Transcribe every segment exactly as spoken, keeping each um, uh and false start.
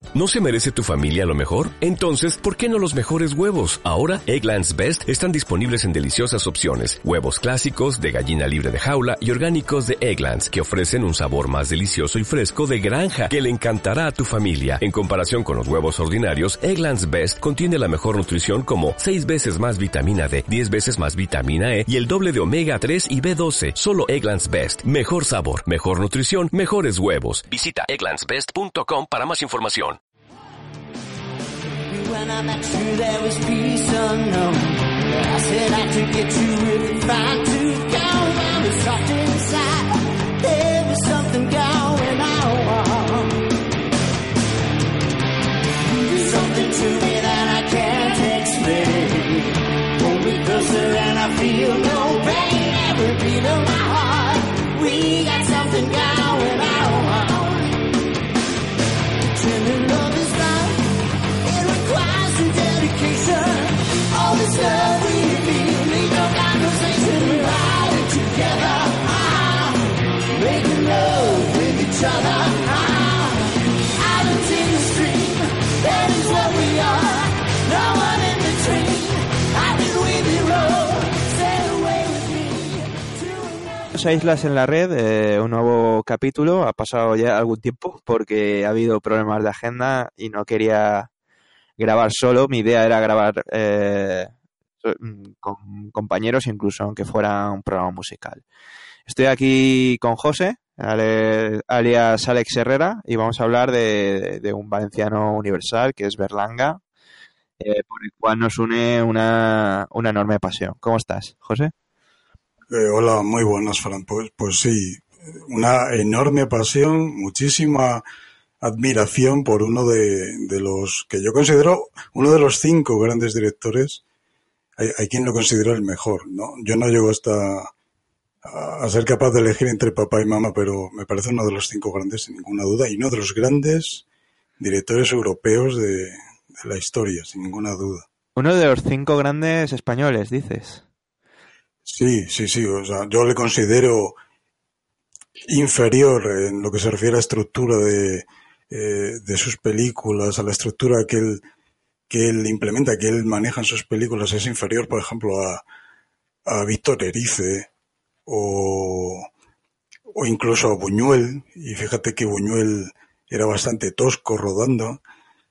¿No se merece tu familia lo mejor? Entonces, ¿por qué no los mejores huevos? Ahora, Eggland's Best están disponibles en deliciosas opciones. Huevos clásicos, de gallina libre de jaula y orgánicos de Eggland's, que ofrecen un sabor más delicioso y fresco de granja que le encantará a tu familia. En comparación con los huevos ordinarios, Eggland's Best contiene la mejor nutrición como seis veces más vitamina D, diez veces más vitamina E y el doble de omega tres y B doce. Solo Eggland's Best. Mejor sabor, mejor nutrición, mejores huevos. Visita egglands best punto com para más información. When I met you, there was peace unknown. I said I could get you really fine to go around and soft inside. There was something going on. Something to me that I can't explain. Hold me closer and I feel no pain. Every beat of my heart, we got something going on. Pretending love is right. All this love we feel, need no conversation, we're riding together, ah, making love with each other, ah, islands in the stream, that is what we are, no one in between, I can with you roll, sail away with me. Las Islas en la Red, eh, un nuevo capítulo, ha pasado ya algún tiempo porque ha habido problemas de agenda y no quería grabar solo. Mi idea era grabar eh, con compañeros, incluso aunque fuera un programa musical. Estoy aquí con José, alias Alex Herrera, y vamos a hablar de, de un valenciano universal que es Berlanga, eh, por el cual nos une una, una enorme pasión. ¿Cómo estás, José? Eh, hola, muy buenas, Fran. Pues, pues sí, una enorme pasión, muchísima admiración por uno de, de los que yo considero uno de los cinco grandes directores. Hay, hay quien lo considera el mejor, ¿no? Yo no llego hasta a, a ser capaz de elegir entre papá y mamá, pero me parece uno de los cinco grandes sin ninguna duda y uno de los grandes directores europeos de, de la historia, sin ninguna duda. Uno de los cinco grandes españoles, dices. Sí, sí, sí. O sea, yo le considero inferior en lo que se refiere a estructura de Eh, de sus películas, a la estructura que él, que él implementa, que él maneja en sus películas, es inferior, por ejemplo, a, a Víctor Erice o, o incluso a Buñuel. Y fíjate que Buñuel era bastante tosco rodando,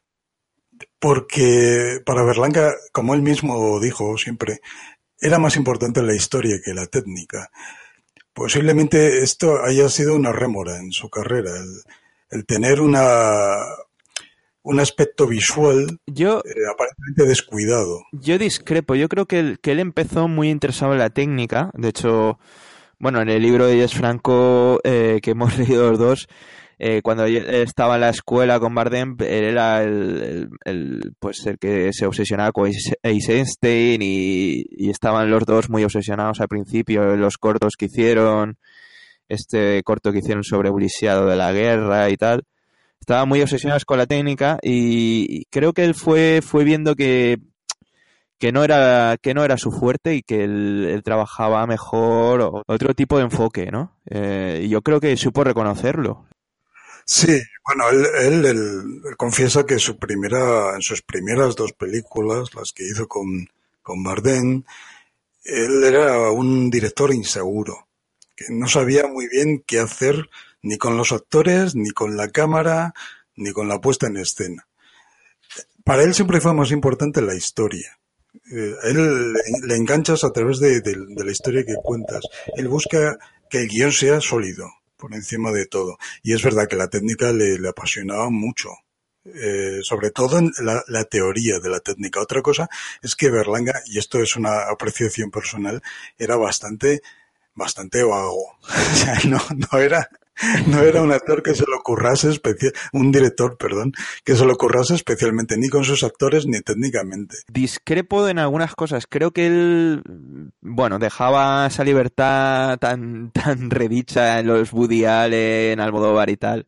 porque para Berlanga, como él mismo dijo siempre, era más importante la historia que la técnica. Posiblemente esto haya sido una rémora en su carrera, el, el tener una un aspecto visual yo, eh, aparentemente descuidado. Yo discrepo, yo creo que él, que él empezó muy interesado en la técnica. De hecho, bueno, en el libro de Jess Franco eh, que hemos leído los dos, eh, cuando estaba en la escuela con Bardem, él era el, el, el pues el que se obsesionaba con Eisenstein y, y estaban los dos muy obsesionados al principio en los cortos que hicieron. Este corto que hicieron sobre Ulisiado de la guerra y tal, estaban muy obsesionados con la técnica y creo que él fue fue viendo que que no era que no era su fuerte y que él, él trabajaba mejor otro tipo de enfoque, ¿no? Eh, y yo creo que supo reconocerlo. Sí, bueno, él, él, él, él confiesa que su primera en sus primeras dos películas, las que hizo con con Bardem, él era un director inseguro, que no sabía muy bien qué hacer ni con los actores, ni con la cámara, ni con la puesta en escena. Para él siempre fue más importante la historia. Eh, él le, le enganchas a través de, de, de la historia que cuentas. Él busca que el guión sea sólido, por encima de todo. Y es verdad que la técnica le, le apasionaba mucho. Eh, sobre todo en la, la teoría de la técnica. Otra cosa es que Berlanga, y esto es una apreciación personal, era bastante... bastante vago. O sea, no, no era, no era un actor que se le ocurrase especial, un director, perdón, que se le ocurrase especialmente ni con sus actores ni técnicamente. Discrepo en algunas cosas. Creo que él, bueno, dejaba esa libertad tan, tan redicha en los Woody Allen, Almodóvar y tal.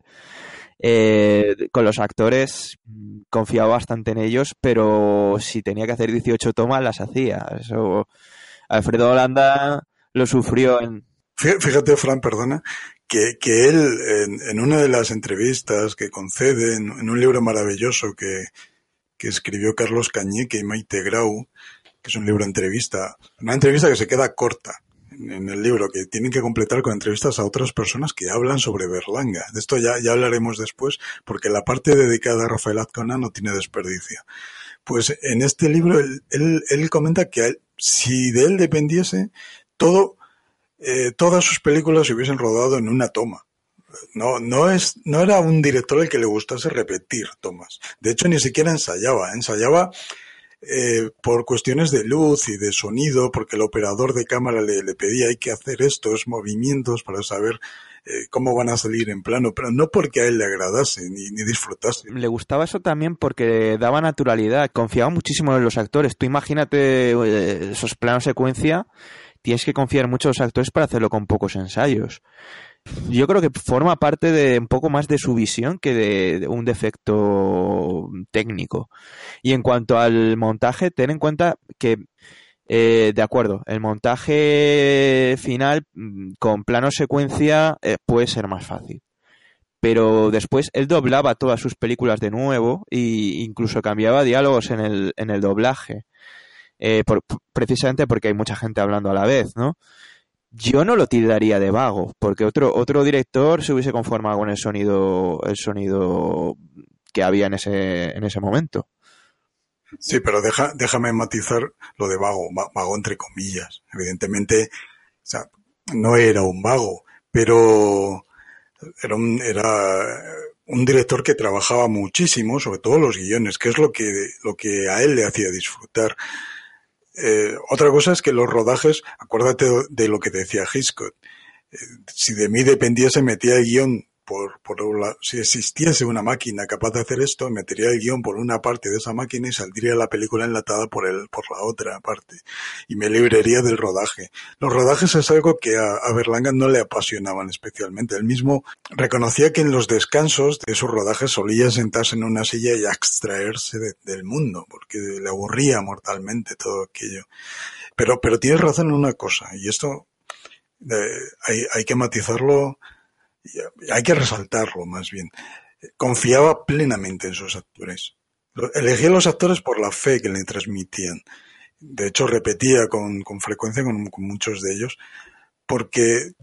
Eh, con los actores confiaba bastante en ellos, pero si tenía que hacer dieciocho tomas las hacía. Eso, Alfredo Holanda lo sufrió en... Fíjate, Fran, perdona, que, que él, en, en una de las entrevistas que concede, en, en un libro maravilloso que, que escribió Carlos Cañeque y Maite Grau, que es un libro de entrevista, una entrevista que se queda corta en, en el libro, que tienen que completar con entrevistas a otras personas que hablan sobre Berlanga. De esto ya, ya hablaremos después, porque la parte dedicada a Rafael Azcona no tiene desperdicio. Pues en este libro él, él, él comenta que él, si de él dependiese, todo, eh, todas sus películas se hubiesen rodado en una toma. No, no es, no era un director al que le gustase repetir tomas. De hecho, ni siquiera ensayaba. Ensayaba eh, por cuestiones de luz y de sonido, porque el operador de cámara le, le pedía hay que hacer estos movimientos para saber eh, cómo van a salir en plano, pero no porque a él le agradase ni, ni disfrutase. Le gustaba eso también porque daba naturalidad, confiaba muchísimo en los actores. Tú imagínate eh, esos planos secuencia, tienes que confiar mucho en los actores para hacerlo con pocos ensayos. Yo creo que forma parte de un poco más de su visión que de, de un defecto técnico. Y en cuanto al montaje, ten en cuenta que, eh, de acuerdo, el montaje final con plano secuencia eh, puede ser más fácil. Pero después él doblaba todas sus películas de nuevo e incluso cambiaba diálogos en el, en el doblaje. Eh, por, precisamente porque hay mucha gente hablando a la vez, ¿no? Yo no lo tildaría de vago, porque otro otro director se hubiese conformado con el sonido el sonido que había en ese en ese momento. Sí, pero deja, déjame matizar lo de vago, vago entre comillas. Evidentemente, o sea, no era un vago, pero era un, era un director que trabajaba muchísimo, sobre todo los guiones, que es lo que, lo que a él le hacía disfrutar. Eh, otra cosa es que los rodajes, acuérdate de lo que te decía Hitchcock, eh, si de mí dependiese metía el guión por, por la, si existiese una máquina capaz de hacer esto, metería el guión por una parte de esa máquina y saldría la película enlatada por el, por la otra parte y me libraría del rodaje. Los rodajes es algo que a, a Berlanga no le apasionaban especialmente. Él mismo reconocía que en los descansos de sus rodajes solía sentarse en una silla y abstraerse de, del mundo porque le aburría mortalmente todo aquello. Pero, pero tienes razón en una cosa, y esto eh, hay, hay que matizarlo. Hay que resaltarlo, más bien. Confiaba plenamente en sus actores. Elegía a los actores por la fe que le transmitían. De hecho, repetía con, con frecuencia con, con muchos de ellos, porque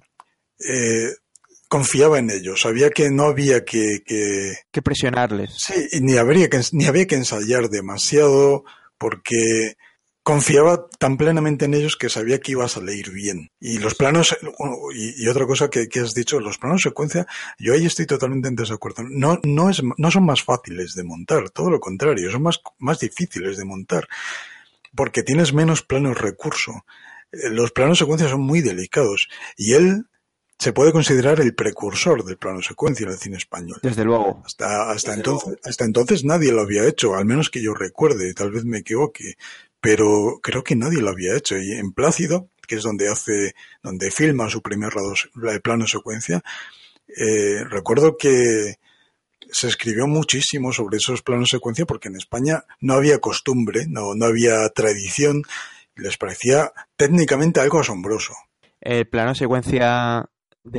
eh, confiaba en ellos. Sabía que no había que... Que, que presionarles. Sí, y ni, habría que, ni había que ensayar demasiado, porque confiaba tan plenamente en ellos que sabía que iba a salir bien. Y los planos, y, y otra cosa que, que has dicho, los planos secuencia, yo ahí estoy totalmente en desacuerdo. No, no es, no son más fáciles de montar, todo lo contrario, son más, más difíciles de montar, porque tienes menos planos recurso. Los planos secuencia son muy delicados, y él se puede considerar el precursor del plano secuencia en el cine español. Desde luego. Hasta, hasta entonces, hasta entonces nadie lo había hecho, al menos que yo recuerde, tal vez me equivoque. Pero creo que nadie lo había hecho. Y en Plácido, que es donde hace, donde filma su primer plano secuencia, eh, recuerdo que se escribió muchísimo sobre esos planos secuencia porque en España no había costumbre, no, no había tradición, y les parecía técnicamente algo asombroso. El plano secuencia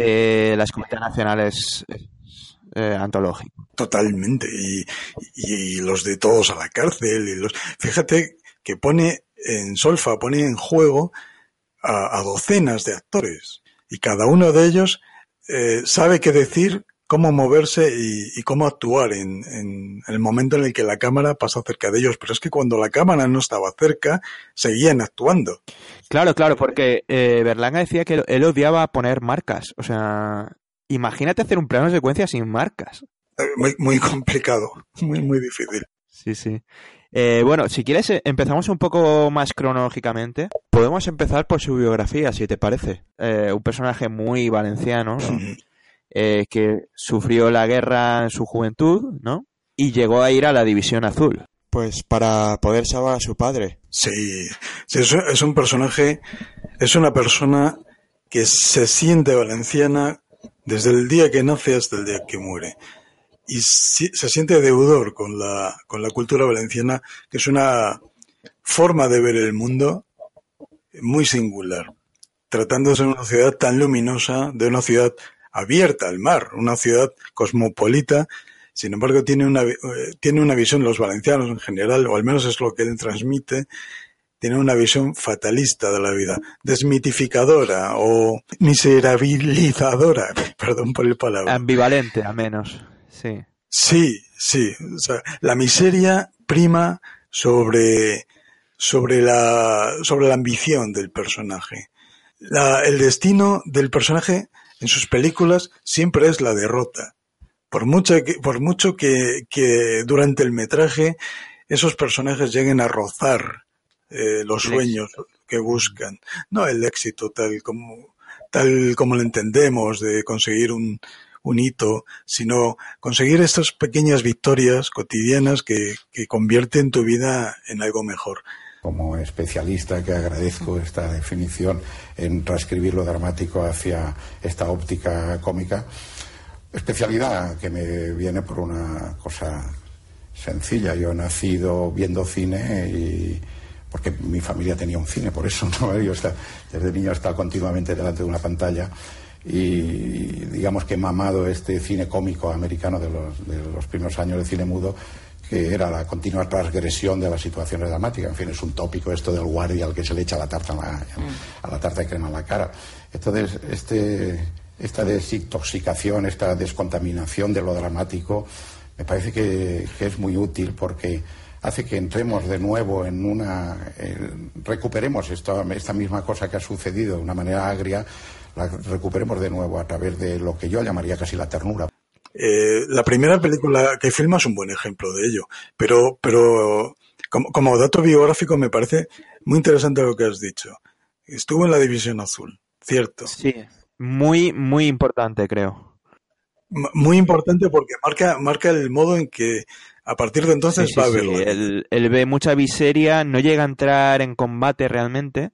de las Cometas Nacionales es eh, antológico. Totalmente. Y, y, y los de Todos a la cárcel. Y los, fíjate que pone en solfa, pone en juego a, a docenas de actores y cada uno de ellos eh, sabe qué decir, cómo moverse y, y cómo actuar en, en el momento en el que la cámara pasa cerca de ellos, pero es que cuando la cámara no estaba cerca seguían actuando. Claro, claro, porque eh, Berlanga decía que él odiaba poner marcas, o sea, imagínate hacer un plano de secuencia sin marcas. Eh, muy, muy complicado, muy, muy difícil. Sí, sí. Eh, bueno, si quieres eh, empezamos un poco más cronológicamente. Podemos empezar por su biografía, si te parece. Eh, un personaje muy valenciano, ¿no? Uh-huh. eh, que sufrió la guerra en su juventud, ¿no? Y llegó a ir a la División Azul. Pues para poder salvar a su padre. Sí, sí es, es un personaje, es una persona que se siente valenciana desde el día que nace hasta el día que muere. Y si, se siente deudor con la, con la cultura valenciana, que es una forma de ver el mundo muy singular, tratándose de una ciudad tan luminosa, de una ciudad abierta al mar, una ciudad cosmopolita. Sin embargo, tiene una, eh, tiene una visión, los valencianos en general, o al menos es lo que él transmite, tiene una visión fatalista de la vida, desmitificadora o miserabilizadora, perdón por el palabra. Ambivalente, al menos, sí. Sí, sí, o sea, la miseria prima sobre, sobre, la, sobre la ambición del personaje. La, el destino del personaje en sus películas siempre es la derrota. Por mucho que, por mucho que, que durante el metraje esos personajes lleguen a rozar eh, los sueños que buscan, no el éxito tal como tal como lo entendemos de conseguir un, un hito, sino conseguir estas pequeñas victorias cotidianas que, que convierten tu vida en algo mejor. Como especialista que agradezco esta definición en transcribir lo dramático hacia esta óptica cómica. Especialidad que me viene por una cosa sencilla. Yo he nacido viendo cine y porque mi familia tenía un cine, por eso, ¿no? Yo está, desde niño he estado continuamente delante de una pantalla y digamos que he mamado este cine cómico americano de los, de los primeros años de cine mudo, que era la continua transgresión de las situaciones dramáticas. En fin, es un tópico esto del guardia al que se le echa la tarta a la, a la tarta de crema en la cara. Entonces, este... esta desintoxicación, esta descontaminación de lo dramático, me parece que, que es muy útil porque hace que entremos de nuevo en una... Eh, recuperemos esta, esta misma cosa que ha sucedido de una manera agria, la recuperemos de nuevo a través de lo que yo llamaría casi la ternura. Eh, la primera película que filma es un buen ejemplo de ello, pero, pero como, como dato biográfico me parece muy interesante lo que has dicho. Estuvo en la División Azul, ¿cierto? Sí. Muy, muy importante, creo. Muy importante porque marca, marca el modo en que a partir de entonces sí, sí, va a sí. verlo. Él, él ve mucha miseria, no llega a entrar en combate realmente,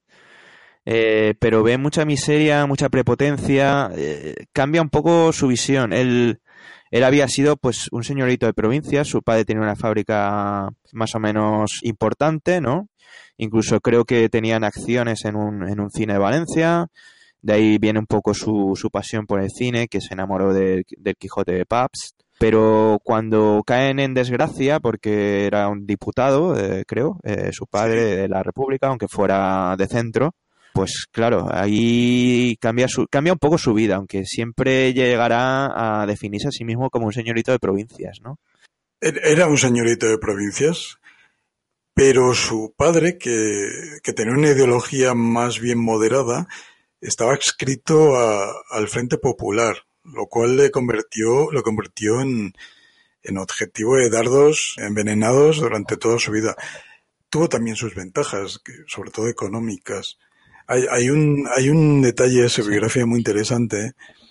eh, pero ve mucha miseria, mucha prepotencia, eh, cambia un poco su visión. Él, él había sido pues un señorito de provincia, su padre tenía una fábrica más o menos importante, ¿no? Incluso creo que tenían acciones en un, en un cine de Valencia. De ahí viene un poco su, su pasión por el cine, que se enamoró de, del Quijote de Pabst. Pero cuando caen en desgracia, porque era un diputado, eh, creo, eh, su padre de la República, aunque fuera de centro, pues claro, ahí cambia, su, cambia un poco su vida, aunque siempre llegará a definirse a sí mismo como un señorito de provincias, ¿no? Era un señorito de provincias, pero su padre, que, que tenía una ideología más bien moderada, estaba adscrito a, al Frente Popular, lo cual le convirtió, lo convirtió en, en objetivo de dardos envenenados durante toda su vida. Tuvo también sus ventajas, que, sobre todo económicas. Hay, hay un, hay un detalle de su biografía muy interesante,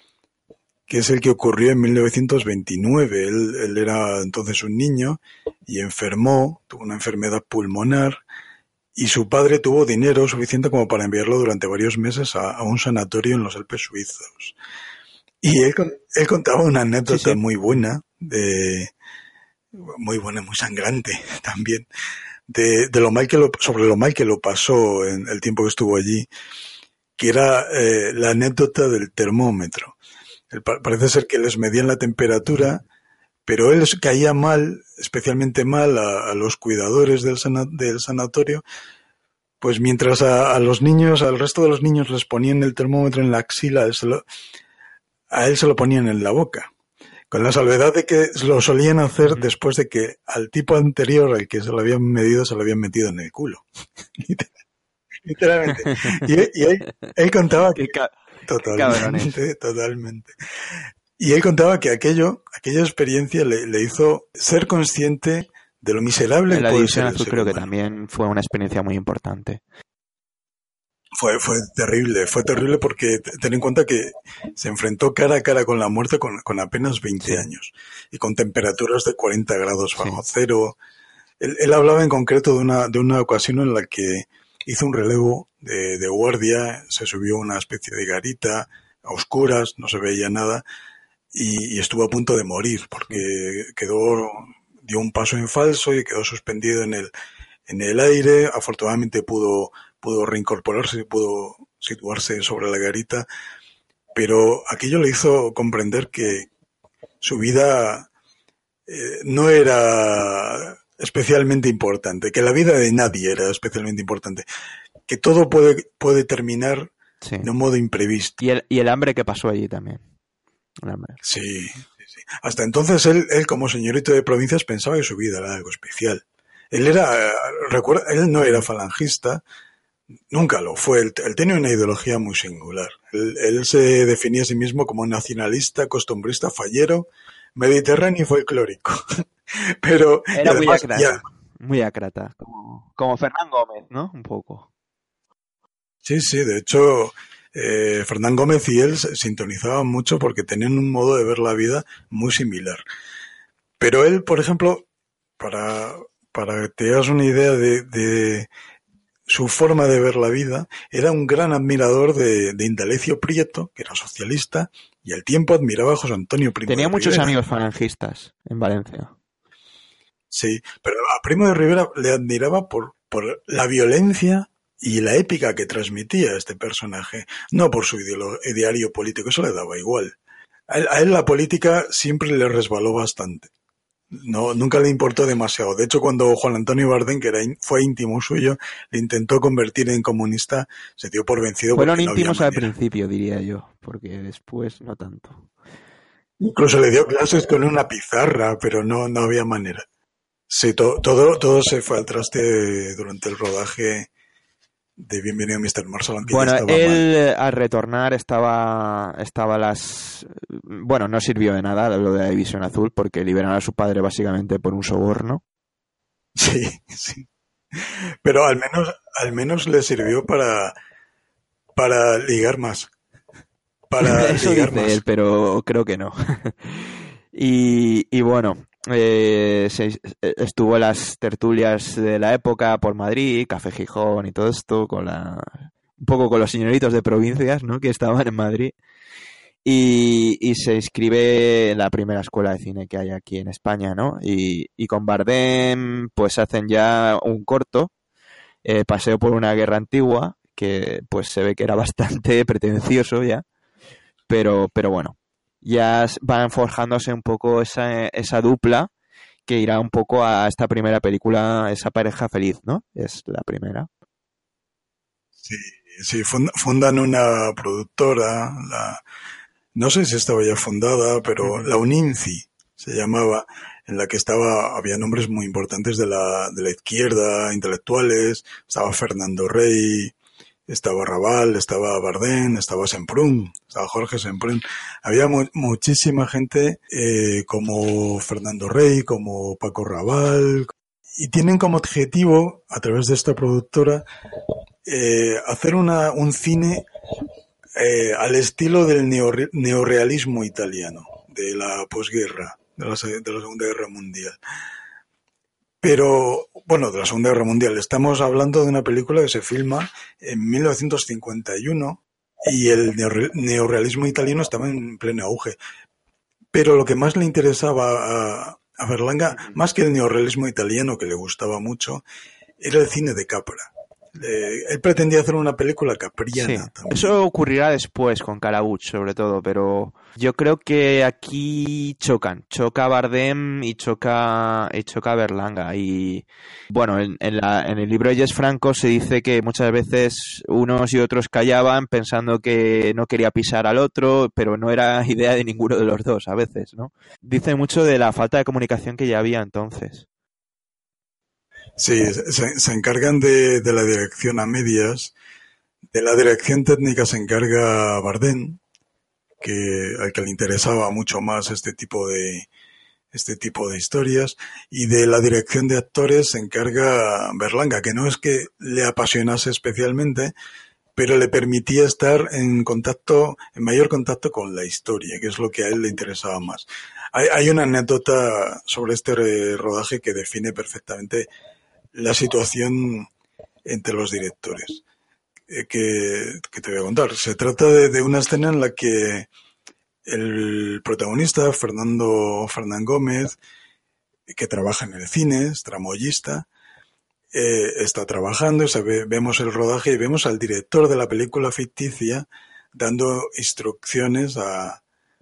que es el que ocurrió en mil novecientos veintinueve. Él, él era entonces un niño y enfermó, tuvo una enfermedad pulmonar, y su padre tuvo dinero suficiente como para enviarlo durante varios meses a, a un sanatorio en los Alpes suizos. Y él, él contaba una anécdota sí, sí. muy buena, de, muy buena, muy sangrante también, de, de lo mal que lo, sobre lo mal que lo pasó en el tiempo que estuvo allí, que era eh, la anécdota del termómetro. El, parece ser que les medían la temperatura, pero él caía mal, especialmente mal a, a los cuidadores del, sana, del sanatorio, pues mientras a, a los niños, al resto de los niños les ponían el termómetro en la axila, él se lo, a él se lo ponían en la boca, con la salvedad de que lo solían hacer después de que al tipo anterior al que se lo habían medido se lo habían metido en el culo. Literalmente. Y, y él, él contaba que... Totalmente, totalmente. Y él contaba que aquello, aquella experiencia le, le hizo ser consciente de lo miserable que la puede ser División el Azul ser creo humano. que también fue una experiencia muy importante. Fue, fue terrible, fue terrible porque ten en cuenta que se enfrentó cara a cara con la muerte con, con apenas veinte sí. años y con temperaturas de cuarenta grados bajo sí. cero. Él, él hablaba en concreto de una, de una ocasión en la que hizo un relevo de, de guardia, se subió a una especie de garita a oscuras, no se veía nada y, y estuvo a punto de morir porque quedó, dio un paso en falso y quedó suspendido en el, en el aire. Afortunadamente pudo pudo reincorporarse, pudo situarse sobre la garita, pero aquello le hizo comprender que su vida eh, no era especialmente importante, que la vida de nadie era especialmente importante, que todo puede, puede terminar Sí. de un modo imprevisto. Y el, y el hambre que pasó allí también. El hambre. Sí, sí, sí. Hasta entonces él, él como señorito de provincias pensaba que su vida era algo especial. Él era, recuerda, él no era falangista, nunca lo fue. Él, él tenía una ideología muy singular. Él, él se definía a sí mismo como nacionalista, costumbrista, fallero, mediterráneo y folclórico. Pero Era muy además, acrata. ya, Muy acrata. Como, como Fernán Gómez, ¿no? Un poco. sí, sí, de hecho, eh, Fernán Gómez y él se sintonizaban mucho porque tenían un modo de ver la vida muy similar. Pero él, por ejemplo, para, para que te hagas una idea de, de su forma de ver la vida, era un gran admirador de, de Indalecio Prieto, que era socialista, y al tiempo admiraba a José Antonio Primo Tenía de muchos Rivera. amigos falangistas en Valencia. Sí, pero a Primo de Rivera le admiraba por, por la violencia y la épica que transmitía este personaje, no por su ideolo- ideario político, eso le daba igual. A él, a él la política siempre le resbaló bastante. No, nunca le importó demasiado. De hecho, cuando Juan Antonio Bardén, que era, in- fue íntimo suyo, le intentó convertir en comunista, se dio por vencido Fueron porque no había íntimos al manera. principio, diría yo, porque después no tanto. Incluso le dio clases con una pizarra, pero no, no había manera. Sí, to- todo, todo se fue al traste durante el rodaje de Bienvenido mister Marshall, aunque Bueno, ya estaba él mal. eh, al retornar estaba, estaba las... Bueno, no sirvió de nada lo de la División Azul porque liberaron a su padre básicamente por un soborno. Sí, sí. Pero al menos, al menos le sirvió para, para ligar más. Para Eso ligar dice más. él, pero creo que no. y, y bueno, eh, se, estuvo en las tertulias de la época por Madrid, Café Gijón y todo esto, con la, un poco con los señoritos de provincias, ¿no? Que estaban en Madrid. Y, y se inscribe en la primera escuela de cine que hay aquí en España, ¿no? Y, y con Bardem, pues hacen ya un corto, eh, Paseo por una guerra antigua, que pues se ve que era bastante pretencioso ya, pero, pero bueno, ya van forjándose un poco esa, esa dupla que irá un poco a esta primera película, esa pareja feliz, ¿no? Es la primera. Sí, sí, fund- fundan una productora, la, no sé si estaba ya fundada, pero Ujú. la UNINCI se llamaba, en la que estaba, había nombres muy importantes de la, de la izquierda, intelectuales, estaba Fernando Rey, estaba Raval, estaba Bardén, estaba Semprún, estaba Jorge Semprún. Había mu- muchísima gente eh, como Fernando Rey, como Paco Raval, y tienen como objetivo, a través de esta productora, eh, hacer una, un cine eh, al estilo del neorre- neorrealismo italiano, de la posguerra, de la, se- de la Segunda Guerra Mundial. Pero, bueno, de la Segunda Guerra Mundial. Estamos hablando de una película que se filma en mil novecientos cincuenta y uno y el neorre- neorrealismo italiano estaba en pleno auge. Pero lo que más le interesaba a, a Berlanga, más que el neorrealismo italiano, que le gustaba mucho, era el cine de Capra. Eh, él pretendía hacer una película Sí, capriana también. eso ocurrirá después con Calabuch, sobre todo, pero yo creo que aquí chocan, choca Bardem y choca y choca Berlanga y bueno, en, en, la, en el libro de Jess Franco se dice que muchas veces unos y otros callaban pensando que no quería pisar al otro, pero no era idea de ninguno de los dos a veces, ¿no? Dice mucho de la falta de comunicación que ya había entonces. Sí, se, se encargan de, de la dirección a medias. De la dirección técnica se encarga Bardem, que al que le interesaba mucho más este tipo de este tipo de historias, y de la dirección de actores se encarga Berlanga, que no es que le apasionase especialmente, pero le permitía estar en contacto, en mayor contacto con la historia, que es lo que a él le interesaba más. Hay, hay una anécdota sobre este rodaje que define perfectamente la situación entre los directores, eh, que, que te voy a contar. Se trata de, de una escena en la que el protagonista, Fernando Fernán Gómez, que trabaja en el cine, es tramoyista, eh, está trabajando, sabe, vemos el rodaje y vemos al director de la película ficticia dando instrucciones a,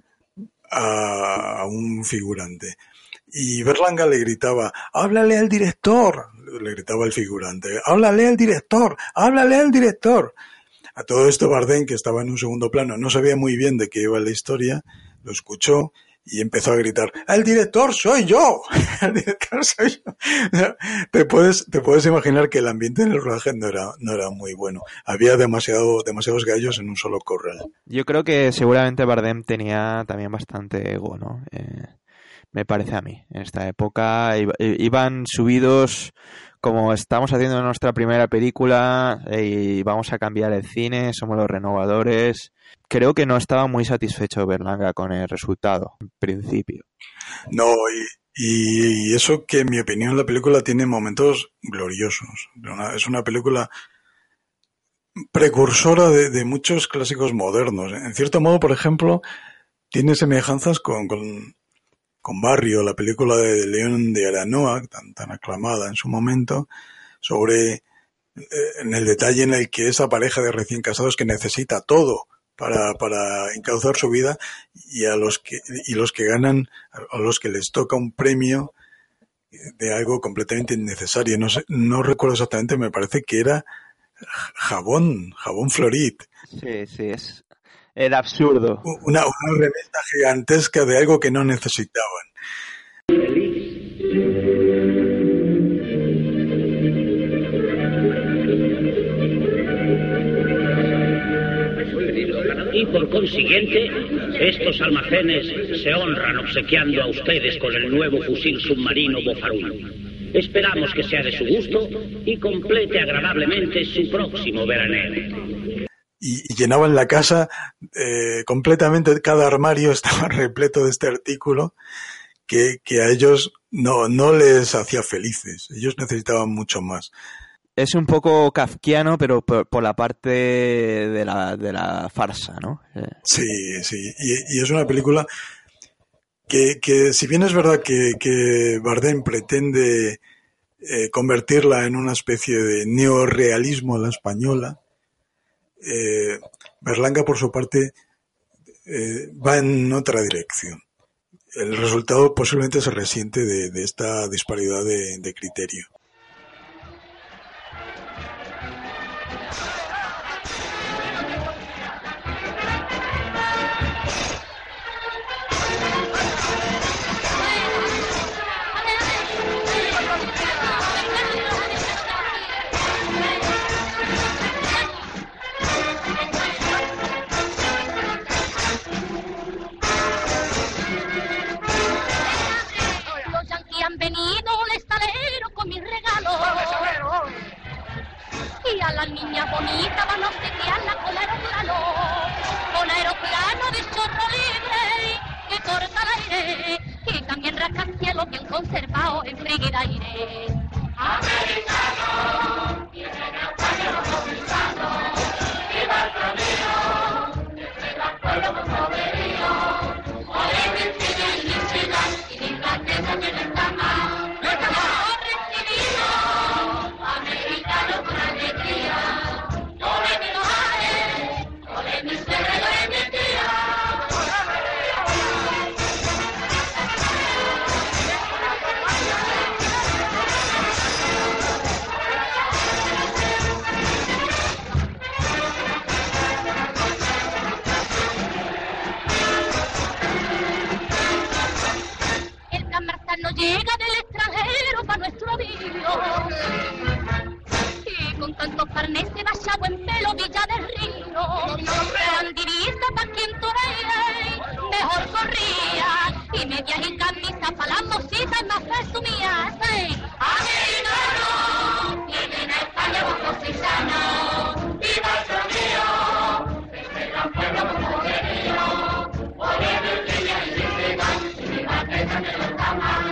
a, a un figurante. Y Berlanga le gritaba, háblale al director, le gritaba el figurante, háblale al director, háblale al director. A todo esto Bardem, que estaba en un segundo plano, no sabía muy bien de qué iba la historia, lo escuchó y empezó a gritar, ¡el director soy yo! ¡El director soy yo! Te puedes, te puedes imaginar que el ambiente en el rodaje no era, no era muy bueno. Había demasiado, demasiados gallos en un solo corral. Yo creo que seguramente Bardem tenía también bastante ego, ¿no? Eh, me parece a mí. En esta época iba, iban subidos como estamos haciendo nuestra primera película y vamos a cambiar el cine, somos los renovadores. Creo que no estaba muy satisfecho Berlanga con el resultado, en principio. No, y, y eso que en mi opinión la película tiene momentos gloriosos. Una, es una película precursora de, de muchos clásicos modernos. En cierto modo, por ejemplo, tiene semejanzas con, con, con Barrio, la película de León de Aranoa, tan, tan aclamada en su momento, sobre eh, en el detalle en el que esa pareja de recién casados que necesita todo para para encauzar su vida y a los que y los que ganan, a los que les toca un premio de algo completamente innecesario. No sé, no recuerdo exactamente, me parece que era jabón, jabón Florit. Sí, sí, es el absurdo. Una, una remesa gigantesca de algo que no necesitaban. Y por consiguiente, estos almacenes se honran obsequiando a ustedes con el nuevo fusil submarino Bofarull. Esperamos que sea de su gusto y complete agradablemente su próximo veraneo. Y, y llenaban la casa eh, completamente, cada armario estaba repleto de este artículo que, que a ellos no, no les hacía felices. Ellos necesitaban mucho más. Es un poco kafkiano, pero por, por la parte de la, de la farsa, ¿no? Eh. Sí, sí. Y, y es una película que, que si bien es verdad que, que Bardem pretende eh, convertirla en una especie de neorrealismo a la española, eh, Berlanga, por su parte, eh, va en otra dirección. El resultado posiblemente se resiente de, de esta disparidad de, de criterio. Han venido un estalero con mis regalos y a las niñas bonitas van a obsequiarla con aeroplano, con aeroplano de chorro libre que corta el aire y también rascacielos bien conservados en frigidaire. Americano, vienen a España los comisanos, viva el camino, viva el pueblo con poderío, oye mi chilla y mi chila, y mi grandeza tiene cama. Llega del extranjero para nuestro avión y con tantos carnes se vaya buen pelo Villa del Río, bandirista pa' quien tú veas, mejor corría y medias y camisa pa' las mositas más presumidas. Americano, vienen a España vos cosisanos, viva el mío, este gran pueblo con poderío, oye mi niña y mi ciudad, y mi grandeza de los tamaños.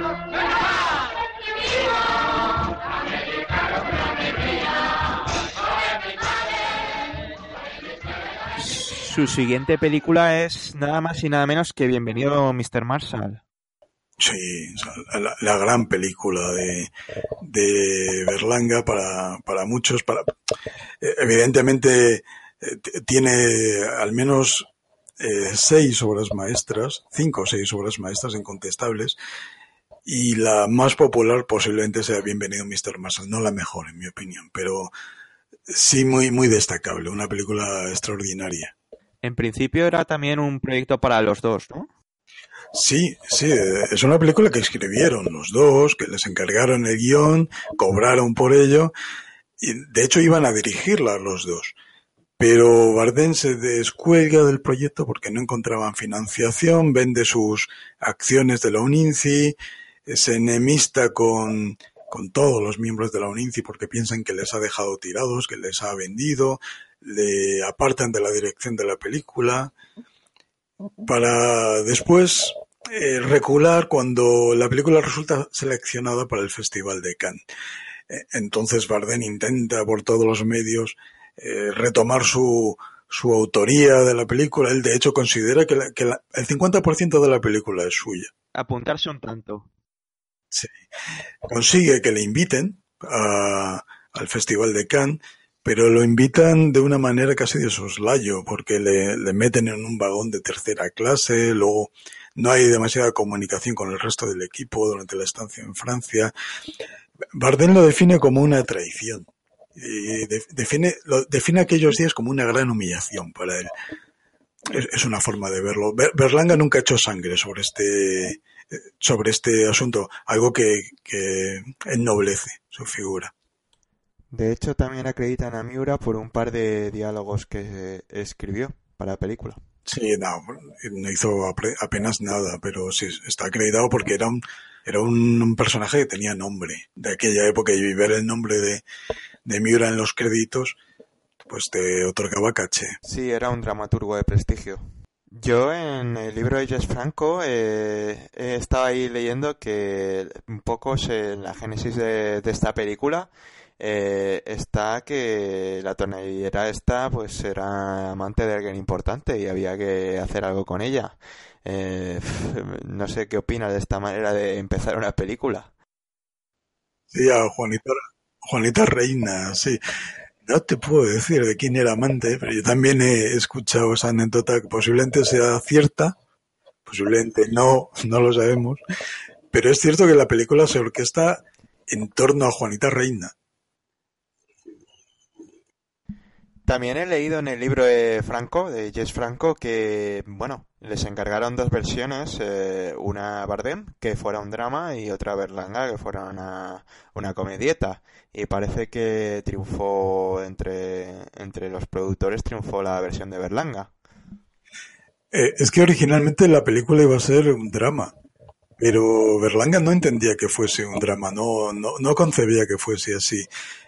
Su siguiente película es nada más y nada menos que Bienvenido mister Marshall. Sí, la, la gran película de, de Berlanga para, para muchos. Para, evidentemente eh, t- tiene al menos eh, seis obras maestras, cinco o seis obras maestras incontestables, y la más popular posiblemente sea Bienvenido mister Marshall, no la mejor en mi opinión, pero sí muy, muy destacable, una película extraordinaria. En principio era también un proyecto para los dos, ¿no? Sí, sí, eh, es una película que escribieron los dos, que les encargaron el guión, cobraron por ello, y de hecho iban a dirigirla los dos. Pero Bardem se descuelga del proyecto porque no encontraban financiación, vende sus acciones de la UNINCI, se enemista con, con todos los miembros de la UNINCI porque piensan que les ha dejado tirados, que les ha vendido, le apartan de la dirección de la película, para después eh, recular cuando la película resulta seleccionada para el Festival de Cannes. Eh, entonces Bardem intenta por todos los medios eh, retomar su, su autoría de la película. Él de hecho considera que, la, que la, el cincuenta por ciento de la película es suya. Apuntarse un tanto. Sí. Consigue que le inviten a, al Festival de Cannes, pero lo invitan de una manera casi de soslayo, porque le, le meten en un vagón de tercera clase, luego no hay demasiada comunicación con el resto del equipo durante la estancia en Francia. Bardem lo define como una traición, y de, define, lo, define aquellos días como una gran humillación para él. Es, es una forma de verlo. Ber, Berlanga nunca echó sangre sobre este, sobre este asunto, algo que, que ennoblece su figura. De hecho, también acreditan a Miura por un par de diálogos que escribió para la película. Sí, no, no hizo apenas nada, pero sí está acreditado porque era un era un, un personaje que tenía nombre de aquella época, y ver el nombre de, de Miura en los créditos pues te otorgaba caché. Sí, era un dramaturgo de prestigio. Yo en el libro de Jess Franco eh, estaba ahí leyendo que un poco se, la génesis de, de esta película eh, está que la tornillera esta pues era amante de alguien importante y había que hacer algo con ella. Eh, no sé qué opinas de esta manera de empezar una película. Sí, a Juanita, Juanita Reina, sí. No te puedo decir de quién era amante, pero yo también he escuchado esa anécdota que posiblemente sea cierta, posiblemente no, no lo sabemos, pero es cierto que la película se orquesta en torno a Juanita Reina. También he leído en el libro de Franco, de Jess Franco, que, bueno, les encargaron dos versiones, eh, una Bardem, que fuera un drama, y otra Berlanga, que fuera una, una comedieta. Y parece que triunfó entre, entre los productores, triunfó la versión de Berlanga. Eh, es que originalmente la película iba a ser un drama, pero Berlanga no entendía que fuese un drama, no, no, no concebía que fuese así.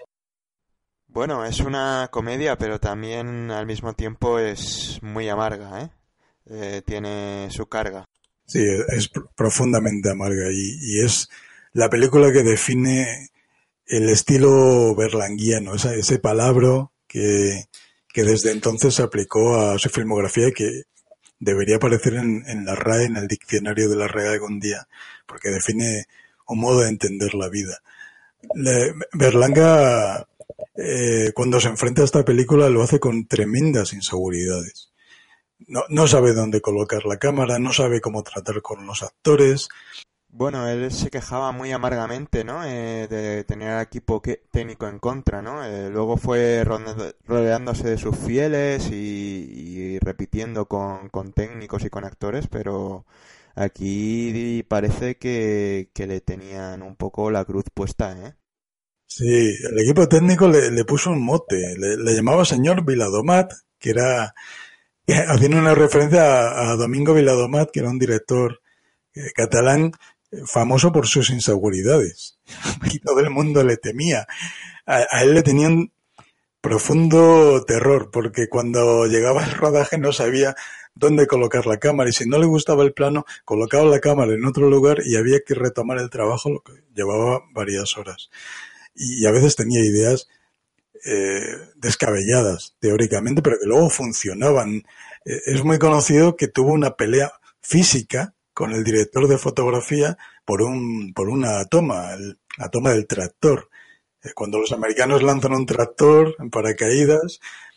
Bueno, es una comedia, pero también al mismo tiempo es muy amarga, ¿eh? Eh, tiene su carga. Sí, es profundamente amarga y, y es la película que define el estilo berlanguiano, ese, ese palabra que, que desde entonces se aplicó a su filmografía y que debería aparecer en, en la R A E, en el diccionario de la R A E algún día, porque define un modo de entender la vida. Le, Berlanga, eh, cuando se enfrenta a esta película, lo hace con tremendas inseguridades. No, no sabe dónde colocar la cámara, no sabe cómo tratar con los actores. Bueno, él se quejaba muy amargamente, ¿no? Eh, de tener al equipo que, técnico en contra, ¿no? Eh, luego fue rodeándose de sus fieles y, y repitiendo con, con técnicos y con actores, pero aquí parece que, que le tenían un poco la cruz puesta, ¿eh? Sí, el equipo técnico le, le puso un mote, le, le llamaba señor Viladomat, que era, haciendo una referencia a, a Domingo Viladomat, que era un director eh, catalán famoso por sus inseguridades. Y todo el mundo le temía. A, a él le tenían profundo terror, porque cuando llegaba el rodaje no sabía dónde colocar la cámara, y si no le gustaba el plano, colocaba la cámara en otro lugar y había que retomar el trabajo, lo que llevaba varias horas. Y a veces tenía ideas eh, descabelladas, teóricamente, pero que luego funcionaban. Eh, es muy conocido que tuvo una pelea física con el director de fotografía por un por una toma, el, la toma del tractor. Eh, cuando los americanos lanzan un tractor en paracaídas,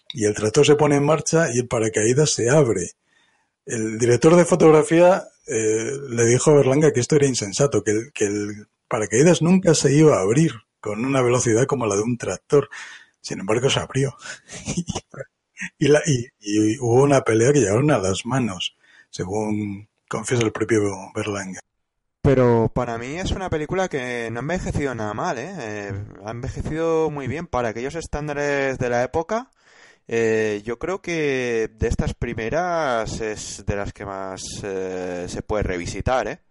y el tractor se pone en marcha y el paracaídas se abre. El director de fotografía eh, le dijo a Berlanga que esto era insensato, que el, que el paracaídas nunca se iba a abrir con una velocidad como la de un tractor. Sin embargo, se abrió. y, la, y, y hubo una pelea que llegaron a las manos, según confiesa el propio Berlanga. Pero para mí es una película que no ha envejecido nada mal, ¿eh? Eh, ha envejecido muy bien para aquellos estándares de la época. Eh, yo creo que de estas primeras es de las que más eh, se puede revisitar, ¿eh?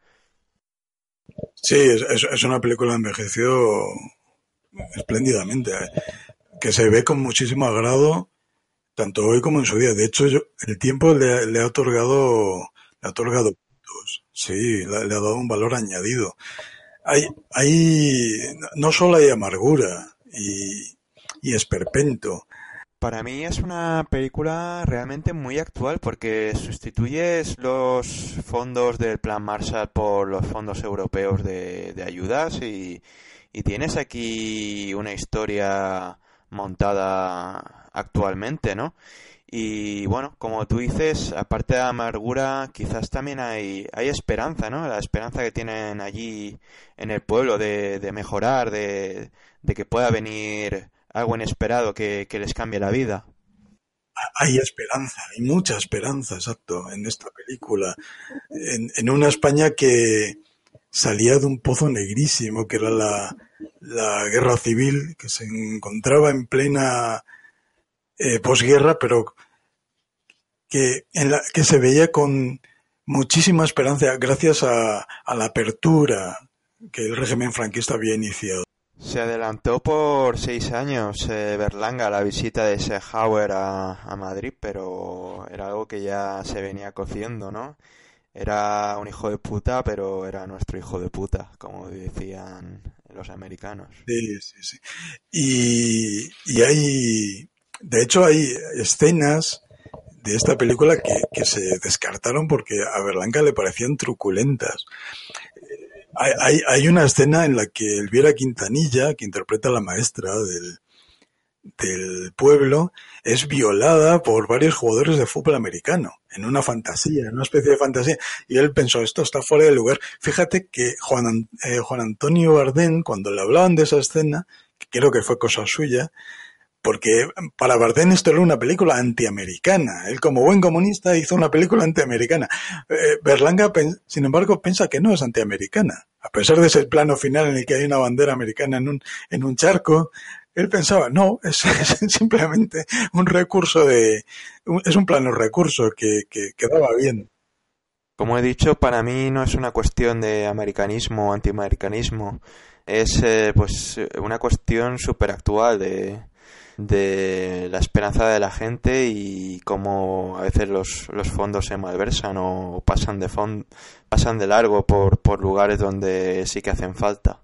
Sí, es, es, es una película que envejeció espléndidamente, ¿eh? Que se ve con muchísimo agrado, tanto hoy como en su día. De hecho, yo, el tiempo le, le ha otorgado, le ha otorgado puntos, sí, le, le ha dado un valor añadido. Hay, hay, no solo hay amargura y, y esperpento. Para mí es una película realmente muy actual porque sustituyes los fondos del Plan Marshall por los fondos europeos de, de ayudas y, y tienes aquí una historia montada actualmente, ¿no? Y bueno, como tú dices, aparte de la amargura, quizás también hay, hay esperanza, ¿no? La esperanza que tienen allí en el pueblo de, de mejorar, de, de que pueda venir algo inesperado que, que les cambie la vida. Hay esperanza, hay mucha esperanza, exacto, en esta película. En, en una España que salía de un pozo negrísimo, que era la, la guerra civil, que se encontraba en plena eh, posguerra, pero que, en la, que se veía con muchísima esperanza gracias a, a la apertura que el régimen franquista había iniciado. Se adelantó por seis años eh, Berlanga la visita de Eisenhower a, a Madrid, pero era algo que ya se venía cociendo, ¿no? Era un hijo de puta, pero era nuestro hijo de puta, como decían los americanos. Sí, sí, sí. Y, y hay, de hecho, hay escenas de esta película que, que se descartaron porque a Berlanga le parecían truculentas. Hay, hay, hay una escena en la que Elvira Quintanilla, que interpreta a la maestra del, del pueblo, es violada por varios jugadores de fútbol americano, en una fantasía, en una especie de fantasía. Y él pensó, esto está fuera de lugar. Fíjate que Juan, eh, Juan Antonio Bardén, cuando le hablaban de esa escena, que creo que fue cosa suya, porque para Bardem esto era una película antiamericana. Él, como buen comunista, hizo una película antiamericana. Eh, Berlanga, sin embargo, piensa que no es antiamericana. A pesar de ese plano final en el que hay una bandera americana en un, en un charco, él pensaba, no, es, es simplemente un recurso de... Un, es un plano recurso que, que quedaba bien. Como he dicho, para mí no es una cuestión de americanismo o antiamericanismo. Es eh, pues una cuestión súper actual de... de la esperanza de la gente y cómo a veces los, los fondos se malversan o pasan de fond, pasan de largo por, por lugares donde sí que hacen falta.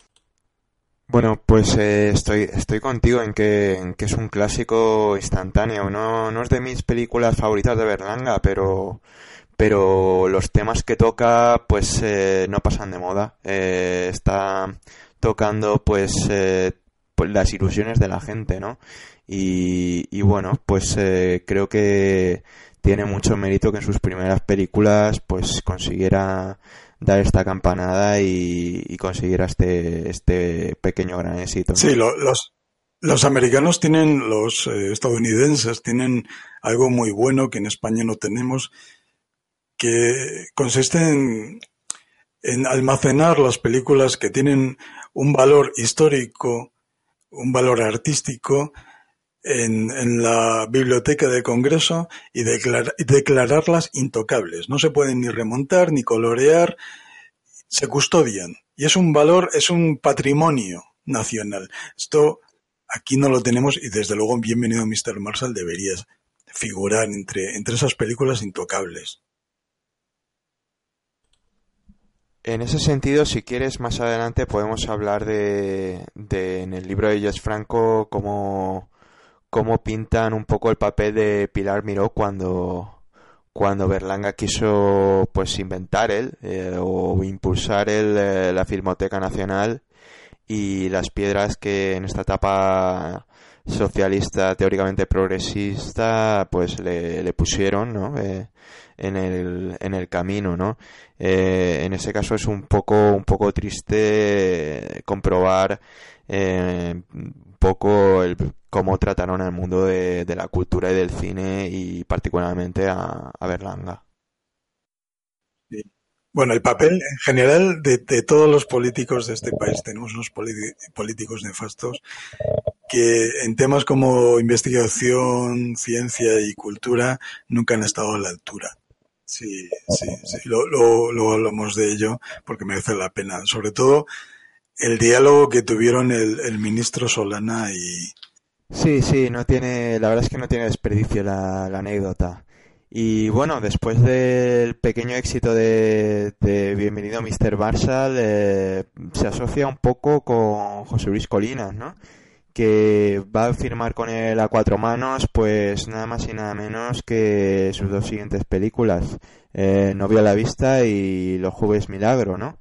Bueno, pues eh, estoy estoy contigo en que, en que es un clásico instantáneo. No, no es de mis películas favoritas de Berlanga, pero pero los temas que toca pues eh, no pasan de moda. Eh, está tocando pues eh, las ilusiones de la gente, ¿no? Y, y bueno, pues eh, creo que tiene mucho mérito que en sus primeras películas pues consiguiera dar esta campanada y, y consiguiera este este pequeño gran éxito, ¿no? Sí, lo, los los americanos tienen, los eh, estadounidenses tienen algo muy bueno que en España no tenemos, que consiste en, en almacenar las películas que tienen un valor histórico, un valor artístico en, en la biblioteca de Congreso y, declar, y declararlas intocables. No se pueden ni remontar ni colorear, se custodian. Y es un valor, es un patrimonio nacional. Esto aquí no lo tenemos y desde luego Bienvenido mister Marshall debería figurar entre, entre esas películas intocables. En ese sentido, si quieres, más adelante podemos hablar de, de en el libro de Jess Franco cómo, cómo pintan un poco el papel de Pilar Miró cuando, cuando Berlanga quiso pues inventar él eh, o impulsar él eh, la Filmoteca Nacional y las piedras que en esta etapa socialista teóricamente progresista, pues le, le pusieron, ¿no? Eh, en el en el camino, ¿no? Eh, en ese caso es un poco un poco triste comprobar eh, un poco el cómo trataron al mundo de, de la cultura y del cine, y particularmente a, a Berlanga. Sí. Bueno, el papel en general de, de todos los políticos de este país, tenemos unos politi- políticos nefastos que en temas como investigación, ciencia y cultura nunca han estado a la altura. Sí, sí, sí, lo, lo, lo hablamos de ello porque merece la pena. Sobre todo el diálogo que tuvieron el, el ministro Solana y... Sí, sí, no tiene, la verdad es que no tiene desperdicio la, la anécdota. Y bueno, después del pequeño éxito de, de Bienvenido mister Marshall, eh, se asocia un poco con José Luis Colinas, ¿no? Que va a firmar con él a cuatro manos, pues nada más y nada menos que sus dos siguientes películas, eh, Novio a la vista y Los Jueves Milagro, ¿no?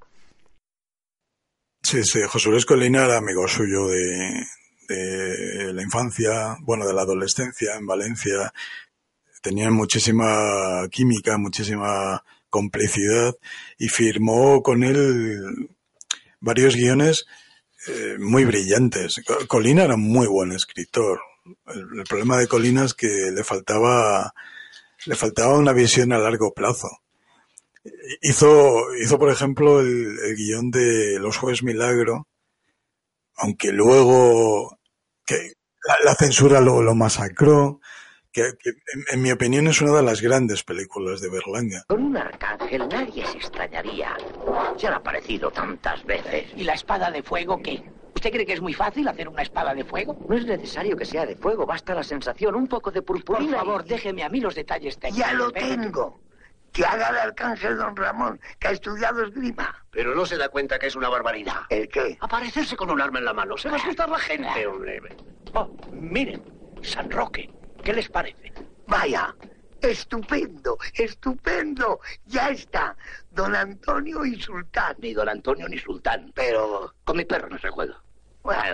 Sí, sí, José Luis Colina era amigo suyo de, de la infancia, bueno, de la adolescencia en Valencia. Tenían muchísima química, muchísima complicidad y firmó con él varios guiones eh, muy brillantes. Colina era un muy buen escritor. El, el problema de Colina es que le faltaba, le faltaba una visión a largo plazo. Hizo, hizo por ejemplo, el, el guión de Los Jueves Milagro, aunque luego que la, la censura lo, lo masacró, que, que en, en mi opinión es una de las grandes películas de Berlanga. Con un arcángel nadie se extrañaría. Se han aparecido tantas veces. ¿Y la espada de fuego qué? ¿Usted cree que es muy fácil hacer una espada de fuego? No es necesario que sea de fuego, basta la sensación, un poco de purpurina. Por favor, y... déjeme a mí los detalles técnicos. Ya lo tengo. Que haga el arcángel don Ramón, que ha estudiado esgrima. Pero no se da cuenta que es una barbaridad. ¿El qué? Aparecerse con un arma en la mano. Se va a asustar la gente, hombre. Oh, miren, San Roque. ¿Qué les parece? Vaya, estupendo, estupendo. Ya está. Don Antonio y Sultán. Ni don Antonio ni Sultán. Pero... con mi perro no se juega. Bueno...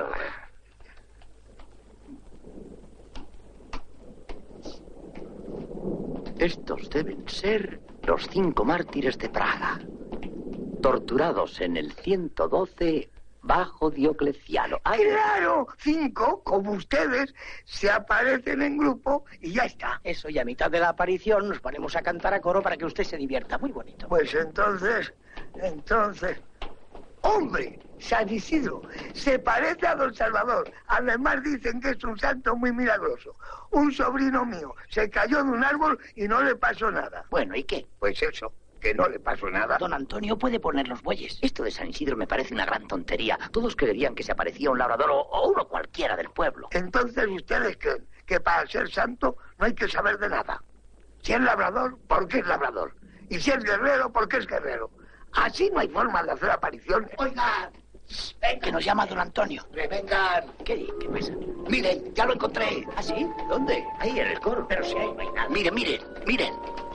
Estos deben ser los cinco mártires de Praga, torturados en el ciento doce bajo Diocleciano. ¡Ay, claro! Cinco, como ustedes, se aparecen en grupo y ya está. Eso, y a mitad de la aparición nos ponemos a cantar a coro para que usted se divierta. Muy bonito. Pues entonces, entonces... ¡Hombre! San Isidro se parece a don Salvador. Además dicen que es un santo muy milagroso. Un sobrino mío se cayó de un árbol y no le pasó nada. Bueno, ¿y qué? Pues eso, que no le pasó nada. Don Antonio puede poner los bueyes. Esto de San Isidro me parece una gran tontería. Todos creerían que se aparecía un labrador o, o uno cualquiera del pueblo. Entonces ustedes creen que para ser santo no hay que saber de nada. Si es labrador, ¿por qué es labrador? Y si es guerrero, ¿por qué es guerrero? Así no hay forma de hacer apariciones. Oigan, ven, que nos llama don Antonio. Vengan. ¿Qué? ¿Qué pasa? Miren, ya lo encontré. ¿Ah, sí? ¿Dónde? Ahí en el coro. Pero si ahí no hay nada. Miren, miren, miren.